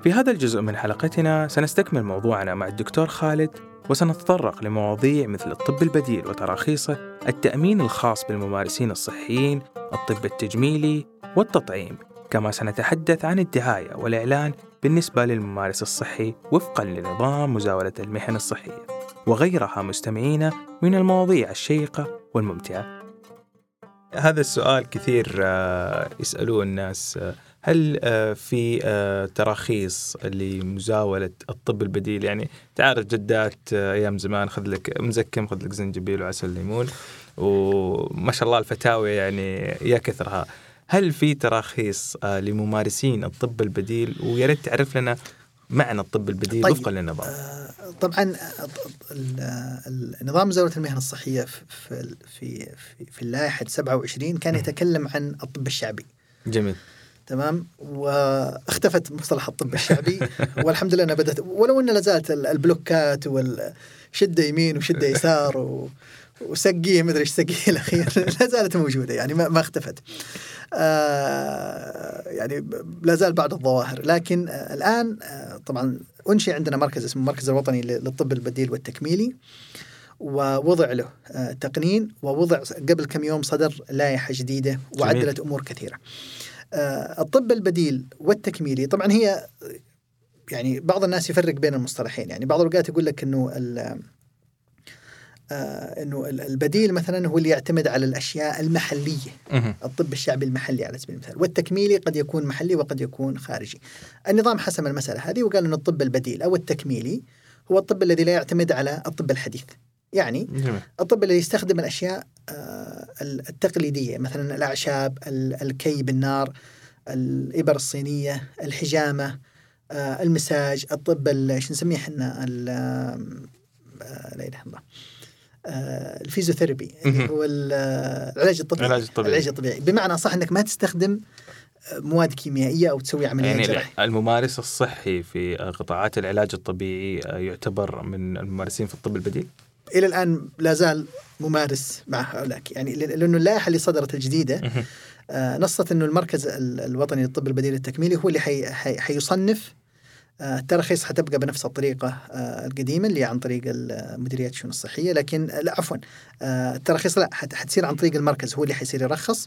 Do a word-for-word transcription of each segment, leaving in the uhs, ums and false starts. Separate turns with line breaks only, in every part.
في هذا الجزء من حلقتنا سنستكمل موضوعنا مع الدكتور خالد، وسنتطرق لمواضيع مثل الطب البديل وتراخيصه، التأمين الخاص بالممارسين الصحيين، الطب التجميلي والتطعيم، كما سنتحدث عن الدعاية والإعلان بالنسبة للممارس الصحي وفقاً لنظام مزاولة المهن الصحية وغيرها مستمعين من المواضيع الشيقة والممتعة. هذا السؤال كثير يسألوه الناس، هل في تراخيص لمزاولة الطب البديل؟ يعني تعرف جدات أيام زمان خذ لك مزكم، خذ لك زنجبيل وعسل ليمون، وما شاء الله الفتاوى يعني يا كثرها. هل في تراخيص لممارسين الطب البديل؟ ويا ريت تعرف لنا معنى الطب البديل
طيب.
وفقا للنظام.
آه طبعا النظام مزاولة المهن الصحية في في في, في اللائحة سبعة وعشرين كان يتكلم عن الطب الشعبي.
جميل.
تمام. واختفت مصطلح الطب الشعبي والحمد لله أنا بدأت، ولو أن لازالت البلوكات والشدة يمين وشدة يسار و وسقيه مدري إيش سقيه الأخير لا زالت موجودة، يعني ما ما اختفت. آه يعني لا زال بعض الظواهر، لكن آه الآن آه طبعا أنشئ عندنا مركز اسمه المركز الوطني للطب البديل والتكميلي، ووضع له آه تقنين، ووضع قبل كم يوم صدر لائحة جديدة وعدلت أمور كثيرة. آه الطب البديل والتكميلي طبعا هي يعني بعض الناس يفرق بين المصطلحين، يعني بعض الأوقات يقول لك إنه آه إنه البديل مثلا هو اللي يعتمد على الأشياء المحلية، الطب الشعبي المحلي على سبيل المثال، والتكميلي قد يكون محلي وقد يكون خارجي. النظام حسم المسألة هذه وقال إن الطب البديل أو التكميلي هو الطب الذي لا يعتمد على الطب الحديث، يعني جميل. الطب الذي يستخدم الأشياء آه التقليدية، مثلا الأعشاب، الكي بالنار، الإبر الصينية، الحجامة، آه المساج، الطب ايش نسميه احنا آه لا إله إلا الله آه الفيزيوثيرابي هو العلاج الطبيعي. العلاج الطبيعي. العلاج الطبيعي بمعنى صح أنك ما تستخدم مواد كيميائية أو تسوي عملية
يعني
جراحية.
الممارس الصحي في قطاعات العلاج الطبيعي يعتبر من الممارسين في الطب البديل؟
إلى الآن لا زال ممارس مع هؤلاء، يعني لأنه اللائحة اللي صدرت الجديدة آه نصت أنه المركز الوطني للطب البديل التكميلي هو اللي حي حي حيصنف. التراخيص حتبقى بنفس الطريقة القديمة اللي عن طريق المديريات الشؤون الصحية، لكن لا عفوا التراخيص لا حتصير عن طريق المركز، هو اللي حيصير يرخص.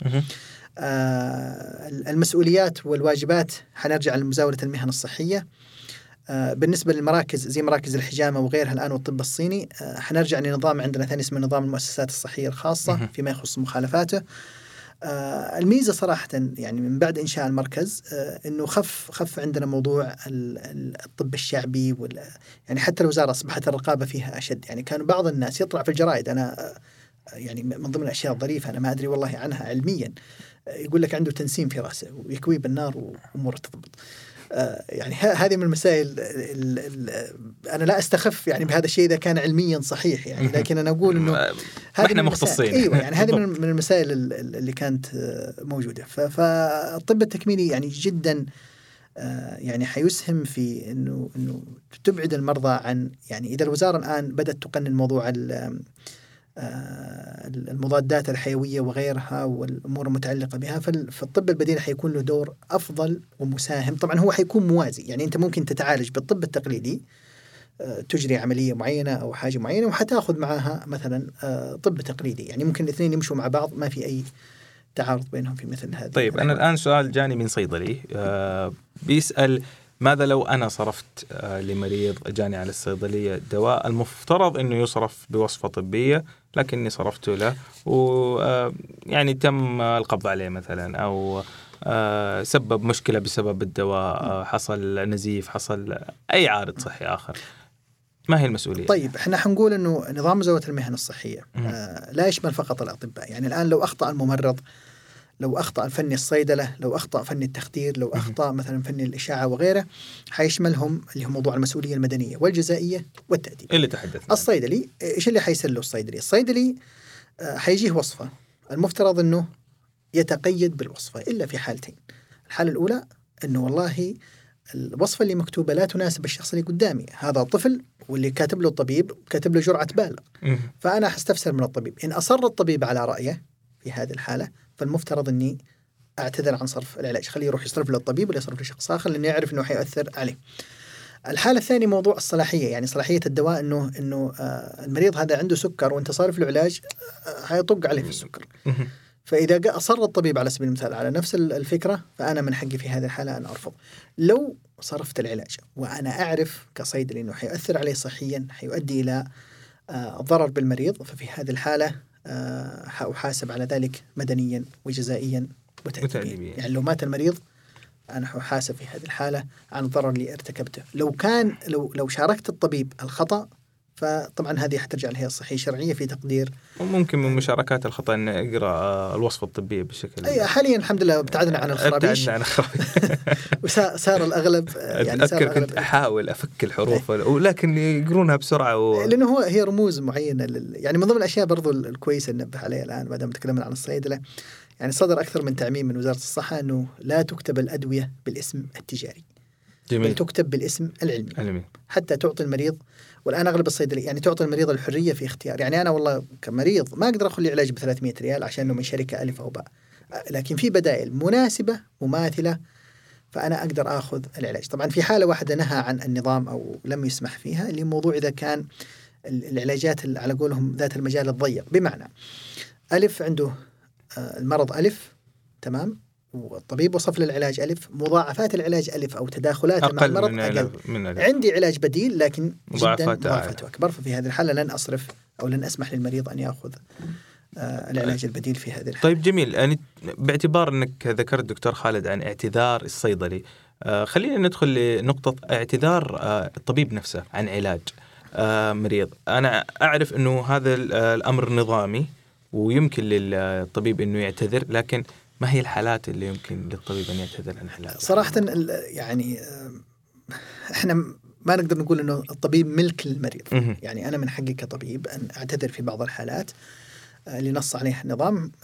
المسؤوليات والواجبات حنرجع لمزاولة المهن الصحية. بالنسبة للمراكز زي مراكز الحجامة وغيرها الآن والطب الصيني حنرجع لنظام عندنا ثاني اسمه نظام المؤسسات الصحية الخاصة فيما يخص مخالفاته. آه الميزة صراحة يعني من بعد إنشاء المركز آه إنه خف خف عندنا موضوع الطب الشعبي، وال يعني حتى الوزارة أصبحت الرقابة فيها أشد. يعني كانوا بعض الناس يطلع في الجرائد، أنا آه يعني من ضمن الأشياء الظريفة أنا ما أدري والله عنها علميا، آه يقول لك عنده تنسيم في رأسه ويكوي بالنار وأمور تضبط. آه يعني هذه من المسائل ال ال أنا لا أستخف يعني بهذا الشيء إذا كان علميا صحيح يعني، لكن أنا أقول إنه
إحنا مختصين.
أيوة يعني هذه من المسائل اللي كانت موجودة. فالطب التكميلي يعني جدا آه يعني حيسهم في إنه إنه تبعد المرضى عن، يعني إذا الوزارة الآن بدأت تقنن موضوع المضادات الحيوية وغيرها والأمور المتعلقة بها، فالطب البديل حيكون له دور أفضل ومساهم. طبعا هو حيكون موازي، يعني أنت ممكن تتعالج بالطب التقليدي تجري عملية معينة أو حاجة معينة وحتاخذ معها مثلا طب تقليدي، يعني ممكن الاثنين يمشوا مع بعض، ما في أي تعارض بينهم في مثل هذا.
طيب أنا الآن سؤال جاني من صيدلي آه بيسأل ماذا لو أنا صرفت آه لمريض جاني على الصيدلية دواء المفترض أنه يصرف بوصفة طبية، لكني صرفته له ويعني تم القبض عليه مثلا، أو آه سبب مشكلة بسبب الدواء، آه حصل نزيف، حصل أي عارض صحي آخر، ما هي المسؤولية؟
طيب احنا حنقول أنه نظام مزاولة المهن الصحية آه لا يشمل فقط الأطباء. يعني الآن لو أخطأ الممرض، لو أخطأ فني الصيدلة، لو أخطأ فني التخدير، لو أخطأ مثلا فني الإشاعة وغيره، حيشملهم اللي هو موضوع المسؤولية المدنية والجزائية والتأديب.
اللي تحدثنا
الصيدلي إيش اللي حيسله الصيدلي؟ الصيدلي حيجيه وصفة، المفترض أنه يتقيد بالوصفة إلا في حالتين. الحالة الأولى أنه والله الوصفة اللي مكتوبة لا تناسب الشخص اللي قدامي، هذا طفل واللي كاتب له الطبيب كاتب له جرعة بالغ، فأنا حستفسر من الطبيب. إن أصر الطبيب على رأيه في هذه الحالة فالمفترض أني أعتذر عن صرف العلاج، خليه يروح يصرف له الطبيب ولا يصرف لشخص آخر لأنه يعرف إنه حيؤثر عليه. الحالة الثانية موضوع الصلاحية، يعني صلاحية الدواء، إنه إنه آه المريض هذا عنده سكر وأنت صارف له علاج آه هيطق عليه في السكر. فإذا جاء أصر الطبيب على سبيل المثال على نفس الفكرة، فأنا من حقي في هذه الحالة أن أرفض. لو صرفت العلاج وأنا أعرف كصيدلي إنه حيؤثر عليه صحيا، حيؤدي إلى آه ضرر بالمريض، ففي هذه الحالة آه حأحاسب على ذلك مدنيا وجزائيا وتأديبيا. يعني لو مات المريض أنا حاسب في هذه الحالة عن الضرر اللي ارتكبته. لو كان لو لو شاركت الطبيب الخطأ، فطبعا هذه حترجع الهيئة الصحية الشرعية في تقدير.
وممكن من مشاركات الخطأ أن أقرأ الوصفة الطبية بشكل.
أي حاليا الحمد لله ابتعدنا عن الخرابيش.
ابتعدنا عن الخرابيش.
وصار الأغلب يعني
أذكر كنت أحاول أفك الحروف ولكن يقرونها بسرعة و...
لأنه هو هي رموز معينة لل... يعني من ضمن الأشياء برضو الكويسة اللي ننبه عليها الآن ما دام تكلمنا عن الصيدلة، يعني صدر أكثر من تعميم من وزارة الصحة أنه لا تكتب الأدوية بالاسم التجاري. جميل. تكتب بالاسم العلمي. علمي. حتى تعطي المريض، والآن أغلب الصيدلية يعني تعطي المريض الحرية في اختيار. يعني أنا والله كمريض ما أقدر أخلي علاج بثلاثمية ريال عشان إنه من شركة ألف أو باء، لكن في بدائل مناسبة مماثلة فأنا أقدر أخذ العلاج. طبعا في حالة واحدة نهى عن النظام أو لم يسمح فيها، اللي موضوع إذا كان العلاجات على قولهم ذات المجال الضيق، بمعنى ألف عنده المرض ألف، تمام، والطبيب وصف للعلاج ألف، مضاعفات العلاج ألف أو تداخلات مع المرض أقل. من عندي علاج بديل لكن جدا مضاعفاته أكبر، ففي هذه الحالة لن أصرف أو لن أسمح للمريض أن يأخذ آه العلاج البديل في هذه الحالة.
طيب جميل. يعني باعتبار أنك ذكرت دكتور خالد عن اعتذار الصيدلي، آه خلينا ندخل لنقطة اعتذار آه الطبيب نفسه عن علاج آه مريض. أنا أعرف أنه هذا الأمر نظامي ويمكن للطبيب أنه يعتذر، لكن ما هي الحالات اللي يمكن للطبيب أن يعتذر عن علاج؟
صراحة يعني إحنا ما نقدر نقول أنه الطبيب ملك للمريض. يعني أنا من حقي كطبيب أن أعتذر في بعض الحالات اللي نص عليها النظام.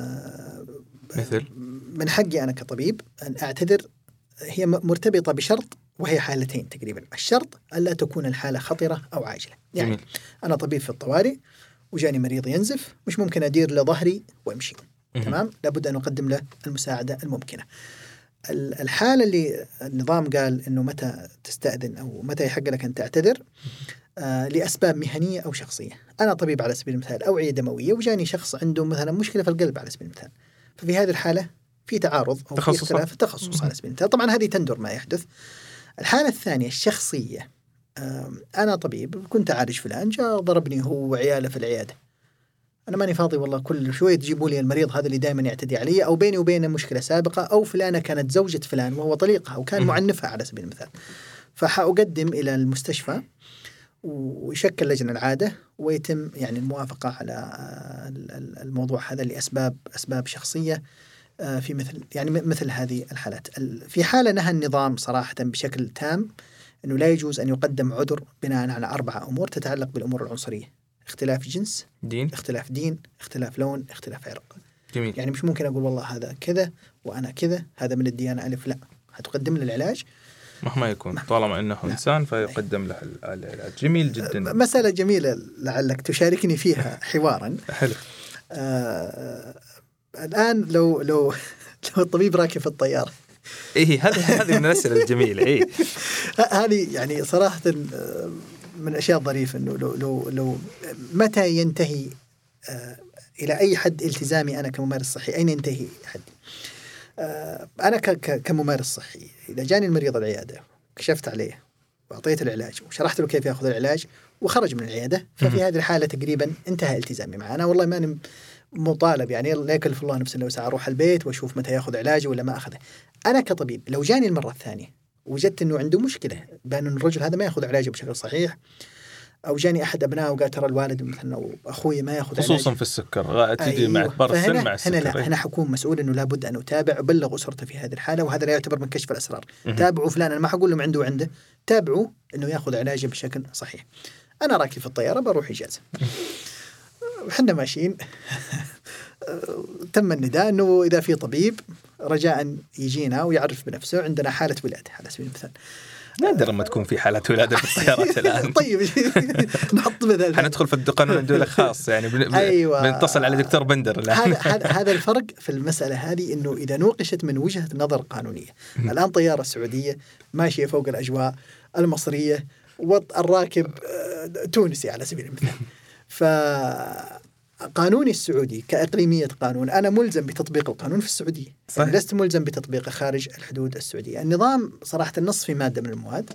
مثل
من حقي أنا كطبيب أن أعتذر، هي مرتبطة بشرط وهي حالتين تقريبا. الشرط ألا تكون الحالة خطرة أو عاجلة. يعني جميل. أنا طبيب في الطوارئ وجاني مريض ينزف، مش ممكن أدير لظهري وأمشي. تمام، لابد أن أقدم له المساعدة الممكنة. الحالة اللي النظام قال إنه متى تستأذن أو متى يحق لك أن تعتذر آه لأسباب مهنية أو شخصية. أنا طبيب على سبيل المثال أوعية دموية وجاني شخص عنده مثلا مشكلة في القلب على سبيل المثال، ففي هذه الحالة في تعارض أو في اختلاف التخصص على سبيل المثال. طبعا هذه تندر ما يحدث. الحالة الثانية الشخصية، آه أنا طبيب كنت أعالج فلان جاء ضربني هو وعياله في العيادة، أنا ماني فاضي والله كل شوية تجيبوا لي المريض هذا اللي دائما يعتدي علي، أو بيني وبينه مشكلة سابقة، أو فلانة كانت زوجة فلان وهو طليقها وكان معنفها على سبيل المثال. فحأقدم إلى المستشفى ويشكل لجنة العادة ويتم يعني الموافقة على الموضوع هذا لأسباب أسباب شخصية في مثل يعني مثل هذه الحالات. في حالة نهى النظام صراحة بشكل تام أنه لا يجوز أن يقدم عذر بناء على أربعة أمور تتعلق بالأمور العنصرية: اختلاف جنس،
دين،
اختلاف دين، اختلاف لون، اختلاف عرق.
جميل.
يعني مش ممكن أقول والله هذا كذا وأنا كذا، هذا من الديانة ألف، لا، هتقدم له العلاج
مهما يكون طالما أنه لا. إنسان فيقدم له العلاج. جميل جدا.
مسألة جميلة لعلك تشاركني فيها حوارا.
حلو.
آه الآن لو لو لو الطبيب راكب في الطيارة،
إيه هذه هذه من الأسئلة الجميلة. إيه
هذه يعني صراحة من الأشياء الظريفة إنه لو لو لو متى ينتهي آه إلى أي حد التزامي أنا كممارس صحي؟ أين ينتهي حدي؟ آه أنا كممارس صحي إذا جاني المريض العيادة كشفت عليه وأعطيت العلاج وشرحت له كيف يأخذ العلاج وخرج من العيادة، ففي هذه الحالة تقريبا انتهى التزامي معه. أنا والله ما مطالب يعني لا يكلف الله نفسا إلا وسعها أروح البيت وأشوف متى يأخذ علاجه ولا ما أخذه. أنا كطبيب لو جاني المرة الثانية وجدت إنه عنده مشكلة بأن الرجل هذا ما يأخذ علاجه بشكل صحيح، أو جاني أحد أبنائه وقال ترى الوالد مثلا أو أخوي ما يأخذ علاج،
خصوصا في السكر تجي أيوه. مع كبار السن مع السكر،
هنا لا، هنا حكون مسؤول إنه لابد أن أتابع وبلغ أسرته في هذه الحالة، وهذا لا يعتبر من كشف الأسرار. م- تابعوا فلان، أنا ما حقول لهم عنده عنده تابعوا إنه يأخذ علاجه بشكل صحيح. أنا راكب في الطيارة بروح إجازة وحنا ماشيين تم النداء إنه إذا في طبيب رجاء يجينا ويعرف بنفسه، عندنا حالة ولادة على سبيل المثال.
نادر ما تكون في حالات ولادة في الطيارات الآن.
طيب نحط مثال،
حندخل في القانون الدولي الخاص يعني بن... أيوة. بنتصل على دكتور بندر الآن.
هذا هذا الفرق في المسألة هذه، إنه إذا نوقشت من وجهة نظر قانونية. الآن طيارة سعودية ماشية فوق الأجواء المصرية والراكب تونسي على سبيل المثال، فقانوني السعودي كإقليمية قانون أنا ملزم بتطبيق القانون في السعودية، يعني لست ملزم بتطبيقه خارج الحدود السعودية. النظام صراحة النص في مادة من المواد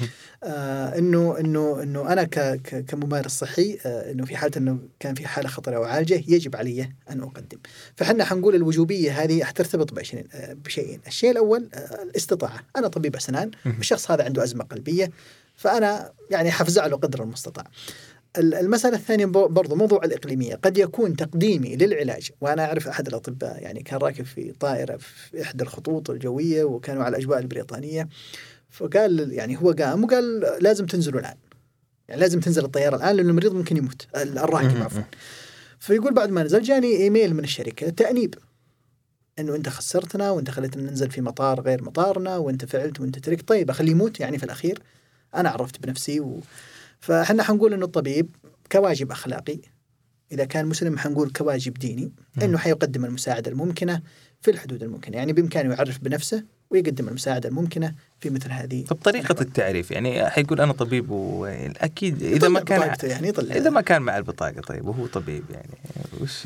آه إنه إنه إنه أنا ك ك كممارس صحي آه إنه في حالة إنه كان في حالة خطرة أو عالجة يجب علي أن أقدم. فحنا حنقول الوجوبية هذه حترتبط بشيئين آه بشيئين. الشيء الأول آه الاستطاعة، أنا طبيب أسنان والشخص هذا عنده أزمة قلبية، فأنا يعني حفزع له قدر المستطاع. المسألة الثانية برضو موضوع الإقليمية، قد يكون تقديمي للعلاج، وأنا أعرف أحد الأطباء يعني كان راكب في طائرة في إحدى الخطوط الجوية وكانوا على الأجواء البريطانية، فقال يعني هو قام وقال لازم تنزلوا الآن، يعني لازم تنزل الطيارة الآن لأن المريض ممكن يموت، الراكب عفوا. فيقول بعد ما نزل جاني إيميل من الشركة تأنيب إنه أنت خسرتنا وأنت خليتنا ننزل في مطار غير مطارنا وأنت فعلت وأنت تركت. طيب أخليه يموت يعني في الأخير، أنا عرفت بنفسي و... فحنا حنقول إنه الطبيب كواجب أخلاقي، إذا كان مسلم حنقول كواجب ديني، إنه حيقدم المساعدة الممكنة في الحدود الممكنة، يعني بإمكانه يعرف بنفسه ويقدم المساعدة الممكنة في مثل هذه.
طب طريقة الحوال. التعريف يعني حيقول أنا طبيب، وأكيد إذا ما كان
يعني
إذا ما كان مع البطاقة طيب وهو طبيب يعني وش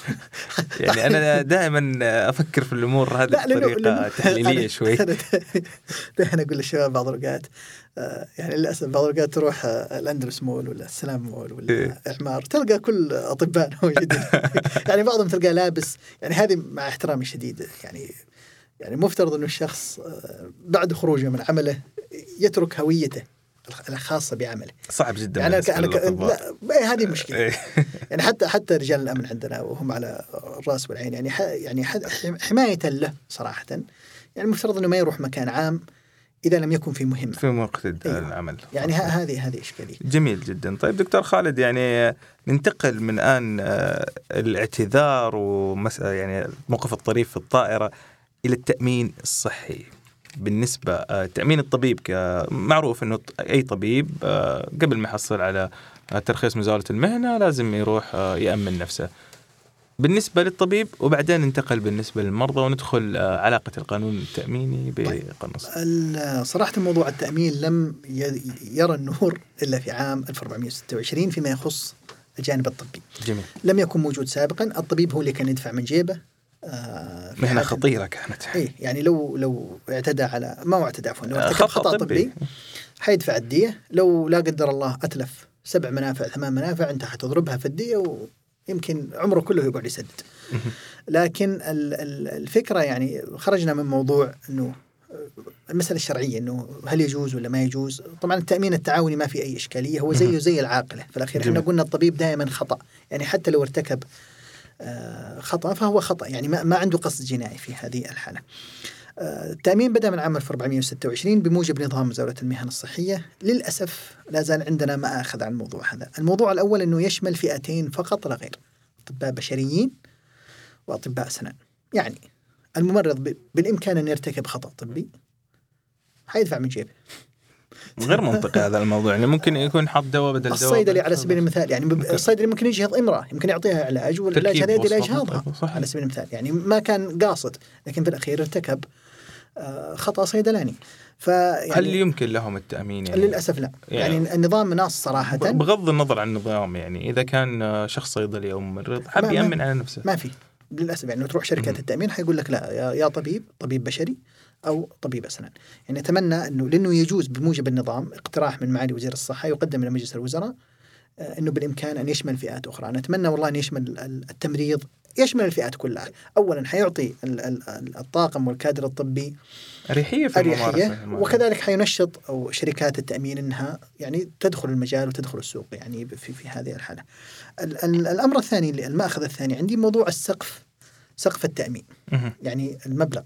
يعني أنا دائما أفكر في الأمور هذه بطريقة تحليلية شوي.
دائما أقول للشباب بعض الأوقات يعني للأسف بعض الأوقات تروح الأندلس مول ولا السلام مول ولا إعمار تلقى كل أطباء موجودين يعني بعضهم تلقى لابس، يعني هذه مع احترامي الشديد يعني يعني مفترض إنه الشخص بعد خروجه من عمله يترك هويته الخاصة بعمله.
صعب جدا
يعني أنا ك... لا هذه مشكلة يعني حتى حتى رجال الأمن عندنا وهم على الرأس والعين يعني ح... يعني ح... حماية له صراحة، يعني مفترض إنه ما يروح مكان عام إذا لم يكن في مهمة
في وقت العمل.
يعني هذه هذه إشكالية.
جميل جدا. طيب دكتور خالد، يعني ننتقل من الآن الاعتذار ومس... يعني موقف الطريف في الطائرة إلى التأمين الصحي. بالنسبة تأمين الطبيب معروف أنه أي طبيب قبل ما يحصل على ترخيص مزاولة المهنة لازم يروح يأمن نفسه. بالنسبة للطبيب وبعدين ننتقل بالنسبة للمرضى وندخل علاقة القانون التأميني بقنص.
طيب. صراحة موضوع التأمين لم يرى النور إلا في عام ألف وأربعمائة وستة وعشرين فيما يخص الجانب الطبي.
جميل.
لم يكن موجود سابقا. الطبيب هو اللي كان يدفع من جيبه.
آه مهنة خطيرة كانت.
إيه يعني لو لو اعتدى على ما هو اعتدى عفوا لو ارتكب خطأ طبي حيدفع الدية. لو لا قدر الله أتلف سبع منافع ثمان منافع أنت حتضربها في الدية ويمكن عمره كله يقعد يسدد. لكن الفكرة يعني خرجنا من موضوع إنه المسألة الشرعية إنه هل يجوز ولا ما يجوز. طبعا التأمين التعاوني ما في أي إشكالية، هو زيه زي العاقلة في الأخير. إحنا قلنا الطبيب دائما خطأ، يعني حتى لو ارتكب خطأ فهو خطأ، يعني ما ما عنده قصد جنائي في هذه الحالة. التأمين بدأ من عام ألف وأربعمائة وستة وعشرين بموجب نظام مزاولة المهن الصحية. للأسف لا زال عندنا ما أخذ عن الموضوع هذا. الموضوع الأول أنه يشمل فئتين فقط لا غير، أطباء بشريين وأطباء أسنان. يعني الممرض بالإمكان أن يرتكب خطأ طبي حيدفع من جيبه.
غير منطقي هذا الموضوع، يعني ممكن يكون حط دواء بدل دواء.
الصيدلي على سبيل المثال يعني الصيدلي ممكن يجهض امرأة، يمكن يعطيها علاج والعلاج هذا يدي لإجهاضها على سبيل المثال، يعني ما كان قاصد لكن في الأخير ارتكب خطأ صيدلاني.
فيعني هل يمكن لهم التأمين؟ يعني
للأسف لا. يعني, يعني النظام ناص صراحة،
بغض النظر عن النظام، يعني إذا كان شخص صيدلي أو ممرض حاب يأمن على نفسه
ما في للأسف. يعني تروح شركات التأمين حيقول لك لا يا, يا طبيب طبيب بشري أو طبيب أسنان. يعني أتمنى أنه لأنه يجوز بموجب النظام اقتراح من معالي وزير الصحة يقدم إلى مجلس الوزراء أنه بالإمكان أن يشمل فئات أخرى. نتمنى والله أن يشمل التمريض، يشمل الفئات كلها. أولا حيعطي الطاقم والكادر الطبي
أريحية في
الممارسة، وكذلك حينشط أو شركات التأمين أنها يعني تدخل المجال وتدخل السوق يعني في في هذه الحالة. الأمر الثاني، المأخذ الثاني عندي موضوع السقف، سقف التأمين. يعني المبلغ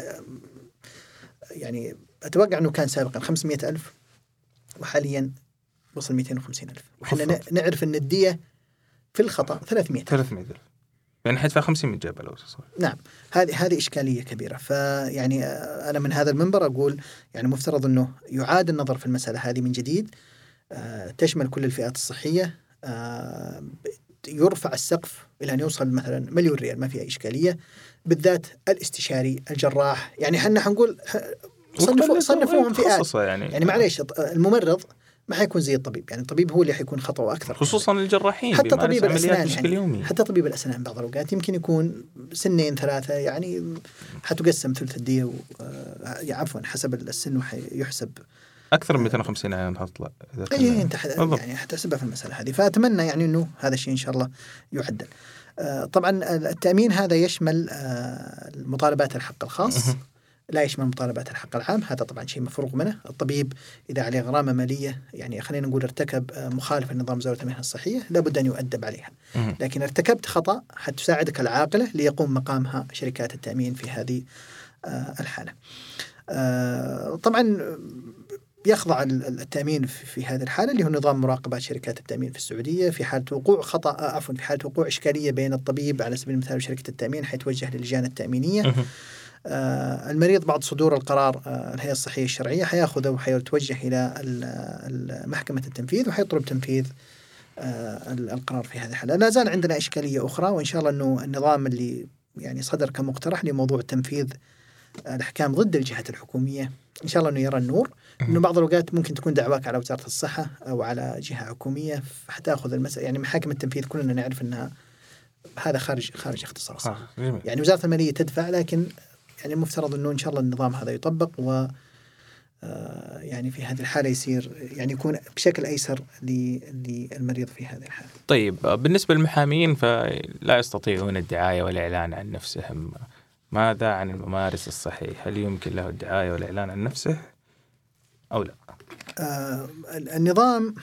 يعني أتوقع أنه كان سابقا خمسمائة ألف وحاليا وصل مئتين وخمسين ألف. وحنا نعرف أن الدية في الخطأ ثلاثمائة
ثلاثمائة ألف. يعني حيدفع خمسين من جيبه لو صار.
نعم، هذه هذه إشكالية كبيرة. فيعني أنا من هذا المنبر أقول يعني مفترض أنه يعاد النظر في المسألة هذه من جديد، تشمل كل الفئات الصحية، يرفع السقف إلى أن يوصل مثلا مليون ريال، ما في أي إشكالية، بالذات الاستشاري، الجراح. يعني حنا حنقول صنفوا صنفوهم فئات
يعني,
يعني معليش الممرض ما حيكون زي الطبيب، يعني الطبيب هو اللي حيكون خطوة أكثر،
خصوصا يعني الجراحين،
حتى طبيب الأسنان يعني حتى طبيب الأسنان بعض الأوقات يمكن يكون سنين ثلاثة، يعني حتقسم ثلث الدية و... عفوا حسب السن ويحسب
أكثر من مئتين وخمسين عام هتطلع.
إيه أنت ح... يعني حتحسبها في المسألة هذه. فأتمنى يعني إنه هذا الشيء إن شاء الله يعدل. آه طبعا التأمين هذا يشمل آه المطالبات الحق الخاص، لا يشمل مطالبات الحق العام. هذا طبعا شيء مفروغ منه. الطبيب إذا عليه غرامة مالية، يعني خلينا نقول ارتكب مخالفة لنظام مزاولة المهنة الصحية، لابد أن يؤدب عليها. لكن ارتكبت خطأ حتساعدك العاقلة ليقوم مقامها شركات التأمين في هذه الحالة. طبعا يخضع التأمين في هذه الحالة اللي هو نظام مراقبة شركات التأمين في السعودية. في حالة وقوع خطأ عفوا في حالة وقوع إشكالية بين الطبيب على سبيل المثال وشركة التأمين، حيتوجه للجان التأمينية. آه المريض بعد صدور القرار آه الهيئة الصحية الشرعية حياخذه وحيتوجه إلى محكمة التنفيذ وحيطلب تنفيذ آه القرار في هذه الحالة. لا زال عندنا إشكالية أخرى، وإن شاء الله أنه النظام اللي يعني صدر كمقترح لموضوع تنفيذ الأحكام ضد الجهات الحكومية إن شاء الله أنه يرى النور. إنه بعض الأوقات ممكن تكون دعواك على وزارة الصحة أو على جهة حكومية حتأخذ المسألة، يعني محاكم التنفيذ كلنا نعرف أنها هذا خارج خارج اختصاص. يعني وزارة المالية تدفع، لكن يعني المفترض أنه إن شاء الله النظام هذا يطبق، و يعني في هذه الحالة يصير يعني يكون بشكل أيسر للمريض في هذه الحالة.
طيب بالنسبة للمحامين فلا يستطيعون الدعاية والإعلان عن نفسهم، ماذا عن الممارس الصحي؟ هل يمكن له الدعاية والإعلان عن نفسه أو لا؟
آه النظام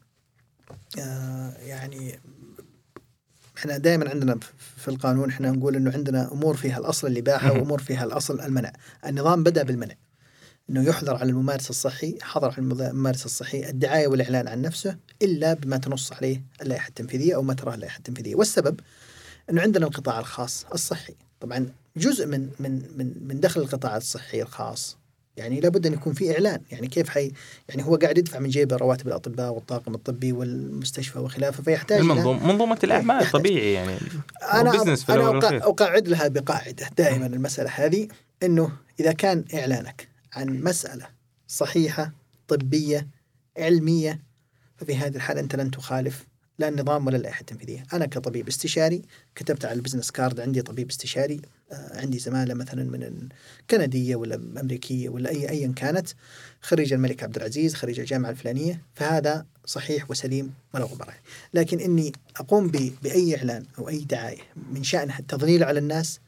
آه يعني احنا دائما عندنا في القانون احنا نقول انه عندنا امور فيها الاصل الاباحه وامور فيها الاصل المنع. النظام بدا بالمنع، انه يحظر على الممارس الصحي، حظر على الممارس الصحي الدعايه والاعلان عن نفسه الا بما تنص عليه اللائحه التنفيذيه او ما تراه اللائحه التنفيذيه. والسبب انه عندنا القطاع الخاص الصحي، طبعا جزء من من من من دخل القطاع الصحي الخاص يعني لابد أن يكون في إعلان. يعني كيف حي يعني هو قاعد يدفع من جيبه رواتب الأطباء والطاقم الطبي والمستشفى وخلافه، فيحتاج
المنظومة منظومة الأعمال طبيعي. يعني
أنا أنا أقعد لها بقاعدة دائما المسألة هذه، إنه إذا كان إعلانك عن مسألة صحيحة طبية علمية ففي هذه الحالة أنت لن تخالف لا النظام ولا اللائحة التنفيذية. أنا كطبيب استشاري كتبت على البزنس كارد عندي طبيب استشاري، عندي زمالة مثلا من الكندية ولا أمريكية ولا أي أيا كانت، خريج الملك عبد العزيز، خريج الجامعة الفلانية، فهذا صحيح وسليم ولا غبار. لكن إني أقوم بأي إعلان أو أي دعاية من شأنها التضليل على الناس،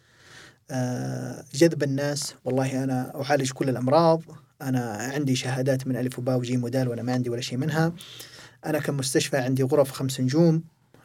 جذب الناس، والله أنا أعالج كل الأمراض، أنا عندي شهادات من ألف وباء وجيم ودال وأنا ما عندي ولا شيء منها، أنا كمستشفى عندي غرف خمس نجوم،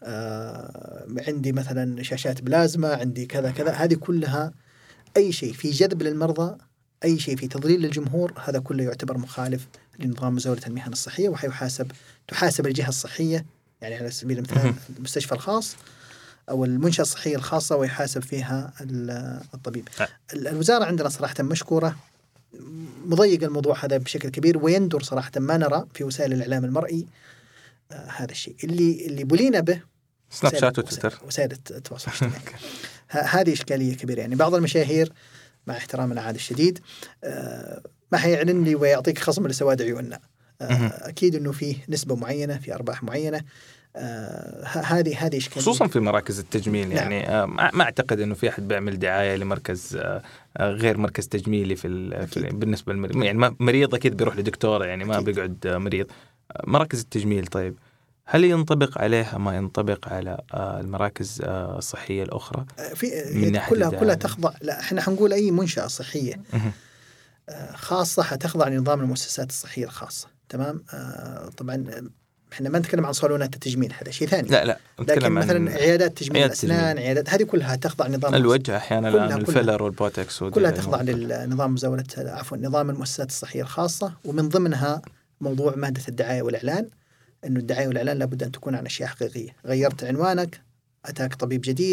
آه عندي مثلا شاشات بلازما، عندي كذا كذا، هذه كلها أي شيء في جذب للمرضى، أي شيء في تضليل للجمهور، هذا كله يعتبر مخالف لنظام مزاولة المهن الصحية، وحيحاسب تحاسب الجهة الصحية. يعني على سبيل المثال المستشفى الخاص أو المنشأة الصحية الخاصة ويحاسب فيها الطبيب. الوزارة عندنا صراحة مشكورة، مضيق الموضوع هذا بشكل كبير، ويندر صراحة ما نرى في وسائل الإعلام المرئي آه هذا الشيء اللي اللي بلينا به
سناب شات وتويتر
وسائل التواصل الاجتماعي. هذه إشكالية كبيرة. يعني بعض المشاهير مع احترامنا عاد الشديد آه ما حيعلن لي ويعطيك خصم لسواد عيوننا، آه أكيد إنه فيه نسبة معينة في أرباح معينة، هذه آه هذه إشكالية
خصوصا في مراكز التجميل. نعم. يعني آه ما أعتقد إنه في أحد بيعمل دعاية لمركز آه غير مركز تجميلي في, في بالنسبة للمريض. يعني مريض أكيد بيروح لدكتورة، يعني ما أكيد. بيقعد مريض. مراكز التجميل طيب هل ينطبق عليها ما ينطبق على المراكز الصحية الأخرى؟
في كلها كلها تخضع. لا احنا حنقول أي منشأة صحية خاصة حتخضع لنظام المؤسسات الصحية الخاصة. تمام. آه طبعا احنا ما نتكلم عن صالونات التجميل، هذا شيء ثاني.
لا لا
لكن مثلا عيادات تجميل الأسنان، عيادات هذه كلها تخضع لنظام
الوجه أحيانا الفيلر والبوتكس
كلها تخضع للنظام مزاولة عفوا نظام المؤسسات الصحية الخاصة، ومن ضمنها موضوع مادة الدعاية والإعلان. إنه الدعاية والإعلان لابد أن تكون عن أشياء حقيقية. غيرت عنوانك، أتاك طبيب جديد،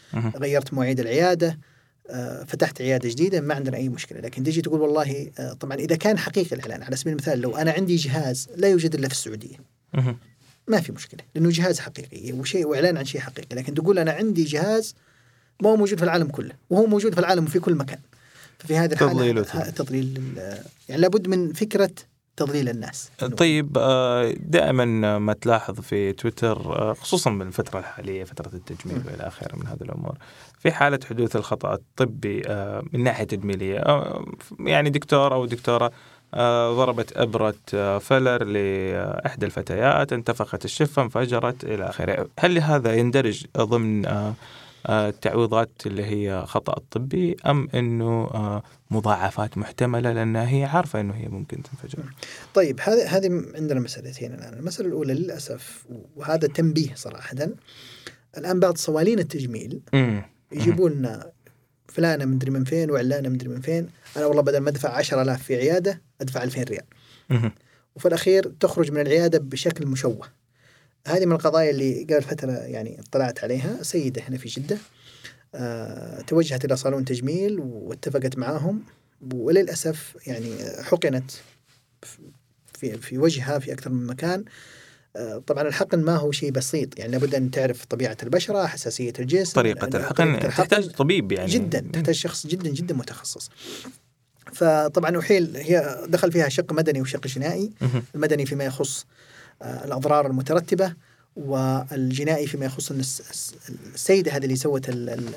غيرت مواعيد العيادة، فتحت عيادة جديدة، ما عندنا أي مشكلة. لكن تيجي تقول والله طبعا إذا كان حقيقي الإعلان، على سبيل المثال لو أنا عندي جهاز لا يوجد إلا في السعودية ما في مشكلة لأنه جهاز حقيقي وشيء وإعلان عن شيء حقيقي. لكن تقول أنا عندي جهاز ما هو موجود في العالم كله وهو موجود في العالم في كل مكان، ففي هذه الحالة تضليل، يعني لابد من فكرة تضليل الناس.
طيب دائما ما تلاحظ في تويتر خصوصا من الفترة الحالية فترة التجميل وإلى آخره من هذه الأمور، في حالة حدوث الخطأ الطبي من ناحية تجميلية، يعني دكتور أو دكتورة ضربت أبرة فلر لإحدى الفتيات، انتفخت الشفة انفجرت إلى آخره، هل هذا يندرج ضمن التعويضات اللي هي خطأ طبي أم أنه مضاعفات محتملة لأنها هي عارفة أنه هي ممكن تنفجر؟
طيب هذه هذه عندنا مسألتين الآن. المسألة الأولى للأسف وهذا تنبيه صراحة، الآن بعض صوالين التجميل يجيبون لنا فلانة مدري من فين وعلانة مدري من فين، أنا والله بدل ما أدفع عشرة آلاف في عيادة أدفع ألفين ريال، وفي الأخير تخرج من العيادة بشكل مشوه. هذه من القضايا اللي قبل فترة يعني اطلعت عليها. سيدة هنا في جدة أه توجهت إلى صالون تجميل واتفقت معاهم، وللأسف يعني حقنت في في وجهها في أكثر من مكان. أه طبعا الحقن ما هو شيء بسيط، يعني لابد أن تعرف طبيعة البشرة، حساسية الجسم،
طريقة الحقن تحتاج طبيب يعني
جدا، تحتاج شخص جدا جدا متخصص. فطبعا أحيل هي دخل فيها شق مدني وشق جنائي. المدني فيما يخص الأضرار المترتبة، والجنائي فيما يخص أن السيدة هذه اللي سوت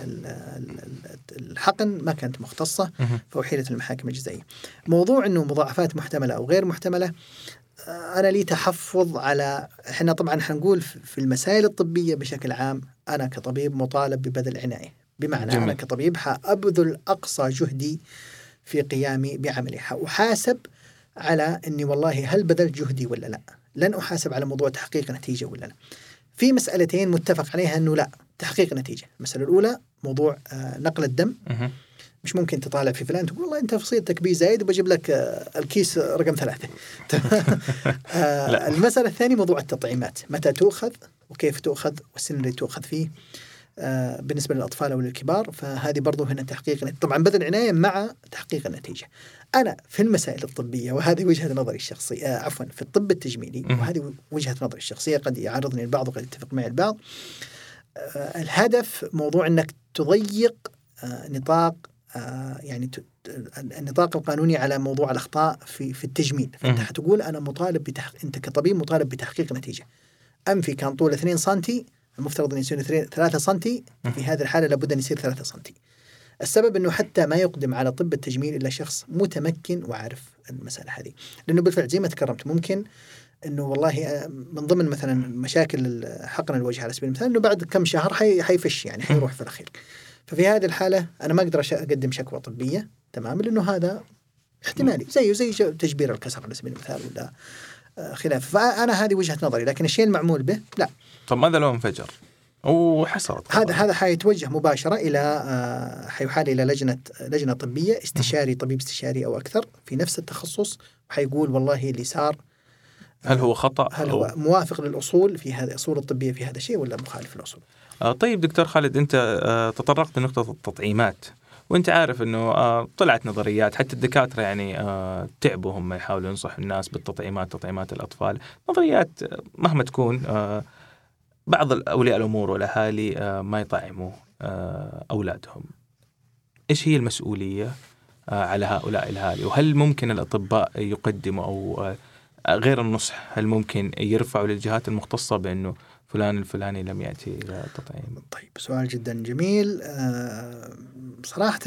الحقن ما كانت مختصة فأحيلت المحاكم الجزائية. موضوع أنه مضاعفات محتملة أو غير محتملة، أنا لي تحفظ على، إحنا طبعا حنقول في المسائل الطبية بشكل عام أنا كطبيب مطالب ببذل عناية، بمعنى جميل. أنا كطبيب حأبذل أقصى جهدي في قيامي بعملي، حأحاسب على أني والله هل بذلت جهدي ولا لا، لن أحاسب على موضوع تحقيق نتيجة ولا لا. في مسألتين متفق عليها أنه لا تحقيق نتيجة. المسألة الأولى موضوع آه نقل الدم. مش ممكن تطالع في فلان تقول والله أنت فصيلتك بي زايد وبجيب لك آه الكيس رقم ثلاثة. آه المسألة الثانية موضوع التطعيمات، متى تؤخذ وكيف تؤخذ والسن اللي تؤخذ فيه آه بالنسبة للأطفال أو للكبار. فهذه برضو هنا تحقيق، طبعا بذل عناية مع تحقيق النتيجة. أنا في المسائل الطبية، وهذه وجهة نظري الشخصية، آه عفوا في الطب التجميلي، وهذه وجهة نظري الشخصية، قد يعارضني البعض وقد يتفق معي البعض. آه الهدف موضوع أنك تضيق آه نطاق آه يعني النطاق القانوني على موضوع الأخطاء في في التجميل. فأنت حتقول أنا مطالب بتحقيق، أنت كطبيب مطالب بتحقيق نتيجة. أنفي كان طول اثنين سنتي، المفترض أن يصير ثلاثة سنتي، في هذه الحالة لابد أن يصير ثلاثة سنتي. السبب أنه حتى ما يقدم على طب التجميل إلا شخص متمكن وعارف المسألة هذه، لأنه بالفعل زي ما تكرمت ممكن أنه والله من ضمن مثلا مشاكل حقن الوجه على سبيل المثال أنه بعد كم شهر حي حيفش يعني حيروح في الأخير. ففي هذه الحالة أنا ما أقدر أقدم شكوى طبية تمام، لأنه هذا احتمالي زيه زي تجبير الكسر على سبيل المثال ولا خلاف. فأنا هذه وجهة نظري، لكن الشيء المعمول به لا.
طب ماذا لو انفجر وحصلت؟
هذا هذا حيتوجه مباشرة إلى حيحال إلى لجنة لجنة طبية، استشاري طبيب استشاري أو أكثر في نفس التخصص، وحيقول والله اللي صار
هل هو خطأ،
هل هو موافق للأصول في هذه الأصول الطبية في هذا الشيء ولا مخالف للأصول.
آه طيب دكتور خالد، أنت آه تطرقت لنقطة التطعيمات، وأنت عارف أنه آه طلعت نظريات حتى الدكاترة يعني آه تعبوا هم يحاولوا ينصحوا الناس بالتطعيمات، تطعيمات الأطفال، نظريات مهما تكون آه بعض أولياء الأمور والأهالي آه ما يطعموا آه أولادهم. إيش هي المسؤولية آه على هؤلاء الأهالي؟ وهل ممكن الأطباء يقدموا أو آه غير النصح، هل ممكن يرفعوا للجهات المختصة بأنه فلان الفلاني لم يأتي إلى التطعيم؟
طيب سؤال جدا جميل. آه صراحة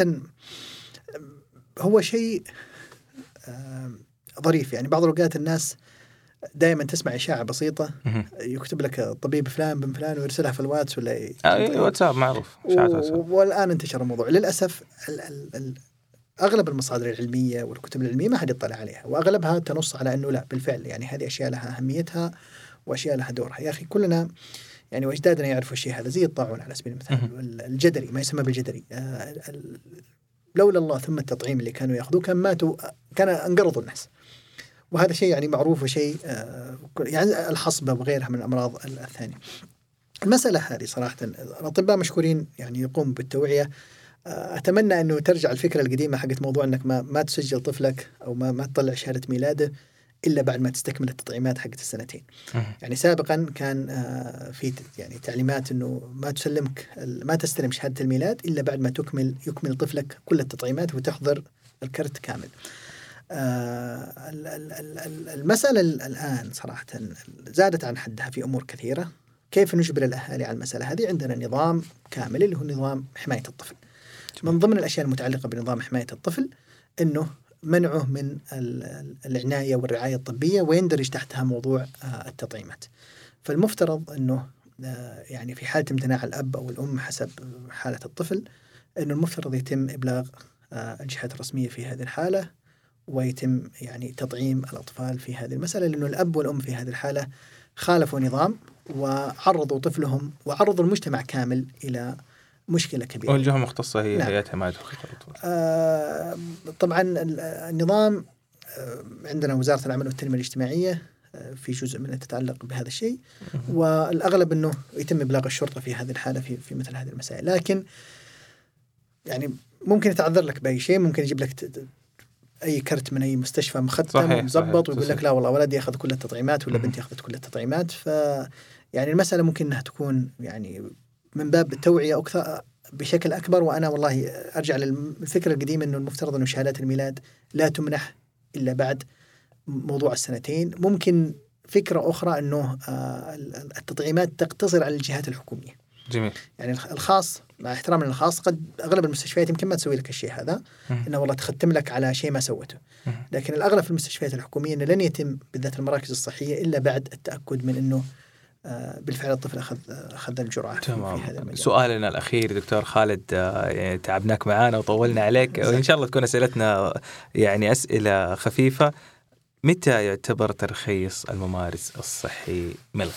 هو شيء آه ظريف. يعني بعض الأوقات الناس دائما تسمع إشاعة بسيطة يكتب لك طبيب فلان بن فلان ويرسلها في الواتس ولا
أي واتساب معروف إشاعات واتساب.
والآن انتشر الموضوع للأسف. ال ال ال أغلب المصادر العلمية والكتب العلمية ما حد يطلع عليها، وأغلبها تنص على أنه لا بالفعل يعني هذه أشياء لها أهميتها وأشياء لها دورها. يا أخي كلنا يعني وأجدادنا يعرفوا الشيء هذا، زي الطاعون على سبيل المثال، الجدري ما يسمى بالجدري. آه لولا الله ثم التطعيم اللي كانوا يأخذوه كان ماتوا، كان انقرضوا الناس. وهذا شيء يعني معروف وشيء آه يعني الحصبة وغيرها من الأمراض الثانية. المسألة هذه صراحة الأطباء مشكورين يعني يقوموا بالتوعية. أتمنى أنه ترجع الفكرة القديمة حقت موضوع أنك ما ما تسجل طفلك أو ما ما تطلع شهادة ميلاده إلا بعد ما تستكمل التطعيمات حقت السنتين. يعني سابقا كان في يعني تعليمات أنه ما تسلمك ما تستلم شهادة الميلاد إلا بعد ما تكمل يكمل طفلك كل التطعيمات وتحضر الكرت كامل. المسألة الآن صراحة زادت عن حدها في أمور كثيرة. كيف نجبر الأهالي على المسألة هذه؟ عندنا نظام كامل اللي هو نظام حماية الطفل. من ضمن الأشياء المتعلقة بنظام حماية الطفل أنه منعه من العناية والرعاية الطبية ويندرج تحتها موضوع التطعيمات. فالمفترض أنه يعني في حالة امتناع الأب أو الأم حسب حالة الطفل أنه المفترض يتم إبلاغ الجهات الرسمية في هذه الحالة ويتم يعني تطعيم الأطفال في هذه المسألة، لأنه الأب والأم في هذه الحالة خالفوا نظام وعرضوا طفلهم وعرضوا المجتمع كامل إلى مشكلة كبيرة.
والجهة المختصة هي
نعم.
هيئة حماية الخطر.
آه طبعا النظام آه عندنا وزارة العمل والتنمية الاجتماعية آه في جزء منها تتعلق بهذا الشيء، والأغلب أنه يتم إبلاغ الشرطة في هذه الحالة في في مثل هذه المسائل. لكن يعني ممكن يتعذر لك بأي شيء، ممكن يجيب لك أي كرت من أي مستشفى مختم ومزبط ويقول لك لا والله ولدي يأخذ كل التطعيمات ولا بنتي أخذت كل التطعيمات. ف يعني المسألة ممكن أنها تكون يعني من باب التوعية أكثر بشكل أكبر. وأنا والله أرجع للفكرة القديمة أنه المفترض أنه شهادات الميلاد لا تمنح إلا بعد موضوع السنتين. ممكن فكرة أخرى أنه التطعيمات تقتصر على الجهات الحكومية.
جميل. يعني
الخاص مع احترام للخاص قد أغلب المستشفيات يمكن ما تسوي لك الشيء هذا، إنه والله تختم لك على شيء ما سوته. لكن الأغلب في المستشفيات الحكومية إنه لن يتم بالذات المراكز الصحية إلا بعد التأكد من إنه بالفعل الطفل أخذ أخذ الجرعة.
تمام. في هذا المجال. سؤالنا الأخير دكتور خالد، يعني تعبناك معانا وطولنا عليك، وإن شاء الله تكون أسئلتنا يعني أسئلة خفيفة. متى يعتبر ترخيص الممارس الصحي ملغي؟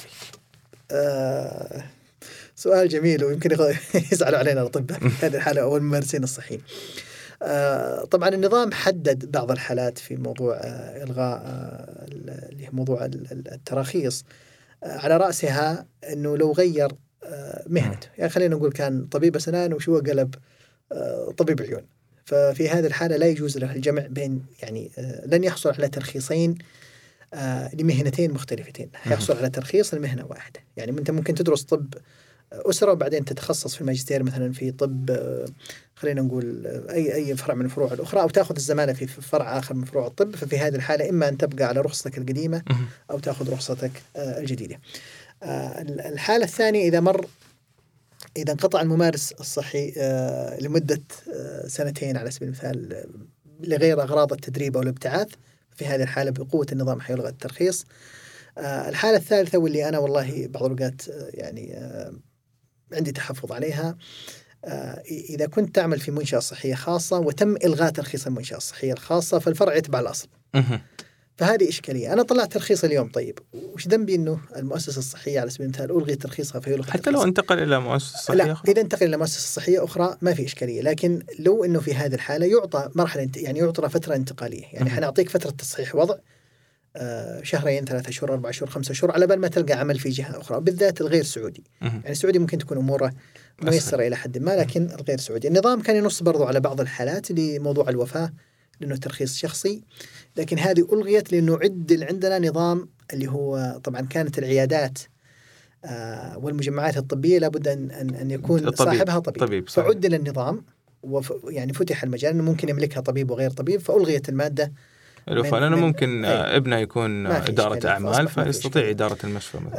آه سؤال جميل ويمكن يزعلوا علينا الأطباء في هذه الحالة أو الممارسين الصحيين. آه طبعا النظام حدد بعض الحالات في موضوع آه إلغاء آه اللي هو موضوع التراخيص، آه على رأسها أنه لو غير آه مهنته. يعني خلينا نقول كان طبيب أسنان وشو قلب آه طبيب عيون، ففي هذه الحالة لا يجوز له الجمع بين يعني آه لن يحصل على ترخيصين آه لمهنتين مختلفتين، يحصل على ترخيص المهنة واحدة. يعني أنت ممكن تدرس طب أسرة وبعدين تتخصص في الماجستير مثلا في طب خلينا نقول أي أي فرع من الفروع الأخرى، أو تأخذ الزمالة في فرع آخر من فروع الطب. ففي هذه الحالة إما أن تبقى على رخصتك القديمة أو تأخذ رخصتك الجديدة. الحالة الثانية إذا مر إذا انقطع الممارس الصحي لمدة سنتين على سبيل المثال لغير أغراض التدريب أو الابتعاث، في هذه الحالة بقوة النظام حيلغى الترخيص. الحالة الثالثة واللي أنا والله بعض الأوقات يعني عندي تحفظ عليها، إذا كنت تعمل في منشأة صحية خاصة وتم إلغاء ترخيص المنشأة الصحية الخاصة فالفرع يتبع الأصل. فهذه إشكالية. أنا طلعت ترخيص اليوم، طيب وش ذنبي إنه المؤسسة الصحية على سبيل المثال ألغي ترخيصها فيلغي
حتى لو انتقل إلى مؤسسة صحية
لا
أخرى؟
إذا انتقل إلى مؤسسة صحية أخرى ما في إشكالية، لكن لو إنه في هذه الحالة يعطى مرحلة يعني يعطى فترة انتقالية. يعني حنعطيك فترة تصحيح وضع آه شهرين ثلاثة شهور أربعة شهور خمسة شهور على بال ما تلقى عمل في جهة أخرى، بالذات الغير سعودي. يعني السعودي ممكن تكون أموره ميسرة إلى حد ما، لكن الغير سعودي النظام كان ينص برضو على بعض الحالات لموضوع الوفاة لأنه ترخيص شخصي، لكن هذه ألغيت لأنه عدل عندنا نظام اللي هو طبعا كانت العيادات آه والمجمعات الطبية لابد أن أن, أن يكون طبيب. صاحبها طبيب, طبيب فعدل النظام وف يعني فتح المجال أنه ممكن يملكها طبيب وغير طبيب، فألغيت المادة.
فأنا ممكن أي. ابنه يكون إدارة أعمال فيستطيع إدارة المشفى مثلا.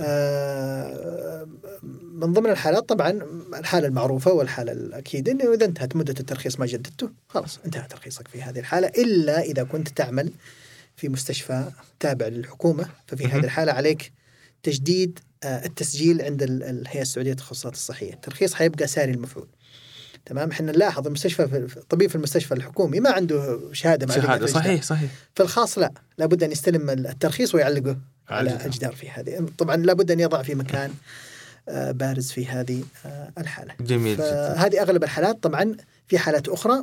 آه من ضمن الحالات طبعا الحالة المعروفة والحالة الأكيدة أنه إذا انتهت مدة الترخيص ما جددته خلاص انتهى ترخيصك في هذه الحالة، إلا إذا كنت تعمل في مستشفى تابع للحكومة. ففي هذه الحالة عليك تجديد آه التسجيل عند الهيئة السعودية للتخصصات الصحية. الترخيص حيبقى ساري المفعول. تمام. احنا نلاحظ المستشفى في طبيب في المستشفى الحكومي ما عنده شهادة
شهادة صحيح صحيح.
في الخاص لا، لابد أن يستلم الترخيص ويعلقه على الجدار, الجدار في هذه. طبعا لابد أن يضع في مكان آه بارز في هذه آه الحالة.
جميل.
هذه أغلب الحالات. طبعا في حالات أخرى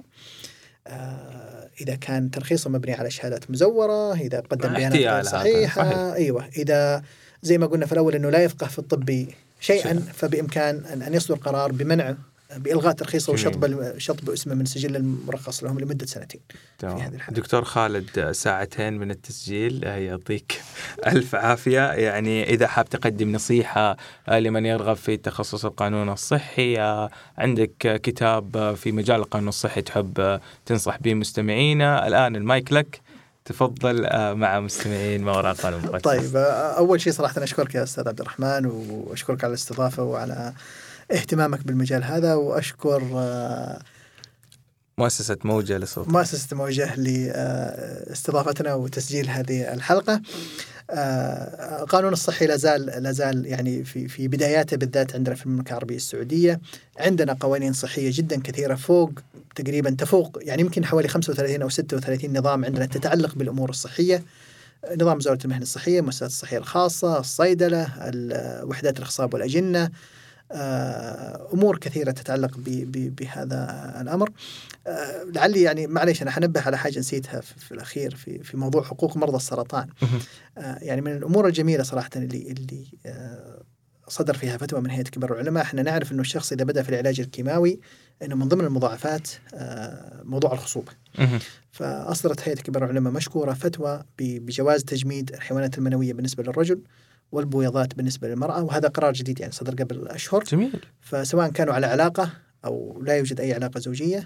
آه إذا كان ترخيصه مبني على شهادات مزورة، إذا قدم بيانات صحيحة، أيوة، إذا زي ما قلنا في الأول أنه لا يفقه في الطب شيئا فبإمكان أن يصدر قرار بمنع بإلغاء ترخيصه وشطب شطب اسمه من سجل المرخص لهم لمدة سنتين. في هذه الحالة.
دكتور خالد، ساعتين من التسجيل، يعطيك ألف عافية. يعني إذا حاب تقدم نصيحة لمن يرغب في تخصص القانون الصحي، عندك كتاب في مجال القانون الصحي تحب تنصح به مستمعينا، الآن المايك لك، تفضل مع مستمعين ما وراء قانون بودكاست.
طيب، أول شيء صراحة أنا أشكرك يا أستاذ عبد الرحمن، وأشكرك على الاستضافة وعلى اهتمامك بالمجال هذا، وأشكر
مؤسسة موجة للصوت
مؤسسة موجة لاستضافتنا وتسجيل هذه الحلقة. قانون الصحي لازال لازال يعني في في بداياته، بالذات عندنا في المملكة العربية السعودية. عندنا قوانين صحية جدا كثيرة، فوق تقريبا تفوق يعني يمكن حوالي خمسة وثلاثين أو ستة وثلاثين نظام عندنا تتعلق بالأمور الصحية. نظام وزارة المهن الصحية، مؤسسات الصحية الخاصة، الصيدلة، وحدات الإخصاب والأجنة، أمور كثيرة تتعلق بهذا الأمر. لعلي يعني معليش أنا حنبه على حاجة نسيتها في الأخير في في موضوع حقوق مرضى السرطان. يعني من الأمور الجميلة صراحة اللي اللي صدر فيها فتوى من هيئة كبار العلماء. احنا نعرف إنه الشخص إذا بدأ في العلاج الكيماوي إنه من ضمن المضاعفات موضوع الخصوبة. فأصدرت هيئة كبار العلماء مشكورة فتوى بجواز تجميد الحيوانات المنوية بالنسبة للرجل والبويضات بالنسبة للمرأة، وهذا قرار جديد يعني صدر قبل أشهر.
جميل.
فسواء كانوا على علاقة أو لا يوجد أي علاقة زوجية،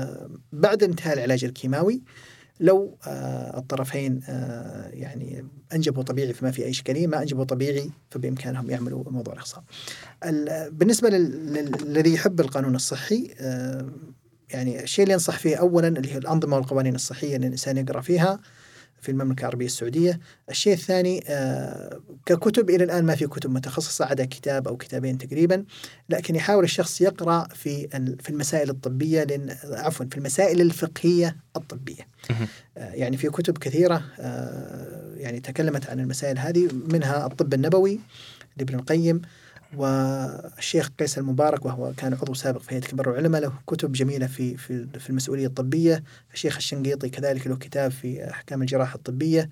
بعد انتهاء العلاج الكيماوي لو الطرفين يعني أنجبوا طبيعي فما في أي إشكالية، ما أنجبوا طبيعي فبإمكانهم يعملوا موضوع الإخصاب. بالنسبة للذي يحب القانون الصحي، يعني الشيء اللي ينصح فيه أولا اللي هي الأنظمة والقوانين الصحية اللي الإنسان يقرأ فيها في المملكة العربية السعودية. الشيء الثاني آه ككتب إلى الآن ما في كتب متخصصة عدا كتاب أو كتابين تقريبا، لكن يحاول الشخص يقرأ في في المسائل الطبية، لأن عفوا في المسائل الفقهية الطبية. آه يعني في كتب كثيرة آه يعني تكلمت عن المسائل هذه، منها الطب النبوي لابن القيم، والشيخ قيس المبارك وهو كان عضو سابق في هيئة كبار العلماء له كتب جميلة في في في المسؤولية الطبية. الشيخ الشنقيطي كذلك له كتاب في أحكام الجراحة الطبية،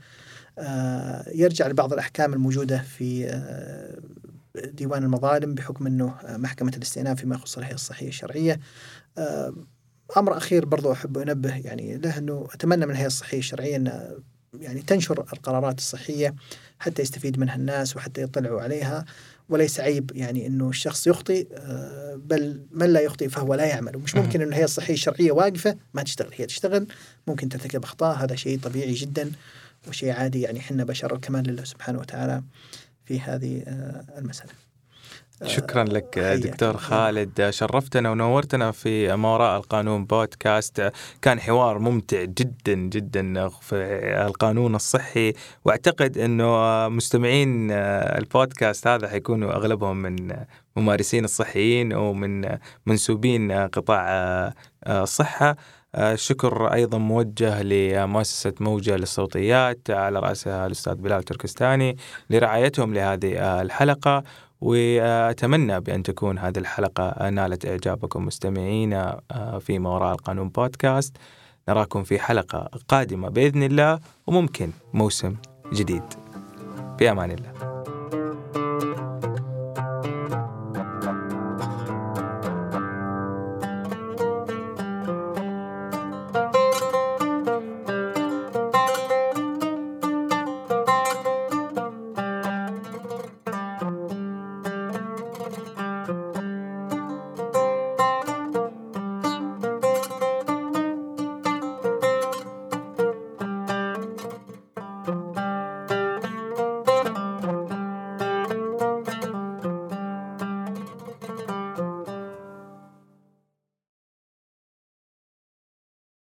آه يرجع لبعض الأحكام الموجودة في آه ديوان المظالم بحكم أنه محكمة الاستئناف فيما يخص الهيئة الصحية الشرعية. آه أمر أخير برضو أحب أنبه يعني له أنه أتمنى من الهيئة الصحية الشرعية أن يعني تنشر القرارات الصحية حتى يستفيد منها الناس وحتى يطلعوا عليها، وليس عيب يعني إنه الشخص يخطئ، بل من لا يخطئ فهو لا يعمل. ومش ممكن إنه هي الصحية الشرعية واقفة ما تشتغل، هي تشتغل، ممكن ترتكب أخطاء، هذا شيء طبيعي جدا وشيء عادي. يعني حنا بشر، الكمال لله سبحانه وتعالى في هذه المسألة.
شكرا لك دكتور خالد، شرفتنا ونورتنا في ما وراء القانون بودكاست. كان حوار ممتع جدا جدا في القانون الصحي، واعتقد انه مستمعين البودكاست هذا حيكونوا اغلبهم من ممارسين الصحيين ومن منسوبين قطاع الصحة. شكر أيضا موجه لمؤسسة موجة للصوتيات على رأسها الأستاذ بلال تركستاني لرعايتهم لهذه الحلقة، وأتمنى بأن تكون هذه الحلقة نالت إعجابكم مستمعينا في ما وراء القانون بودكاست. نراكم في حلقة قادمة بإذن الله، وممكن موسم جديد. في أمان الله.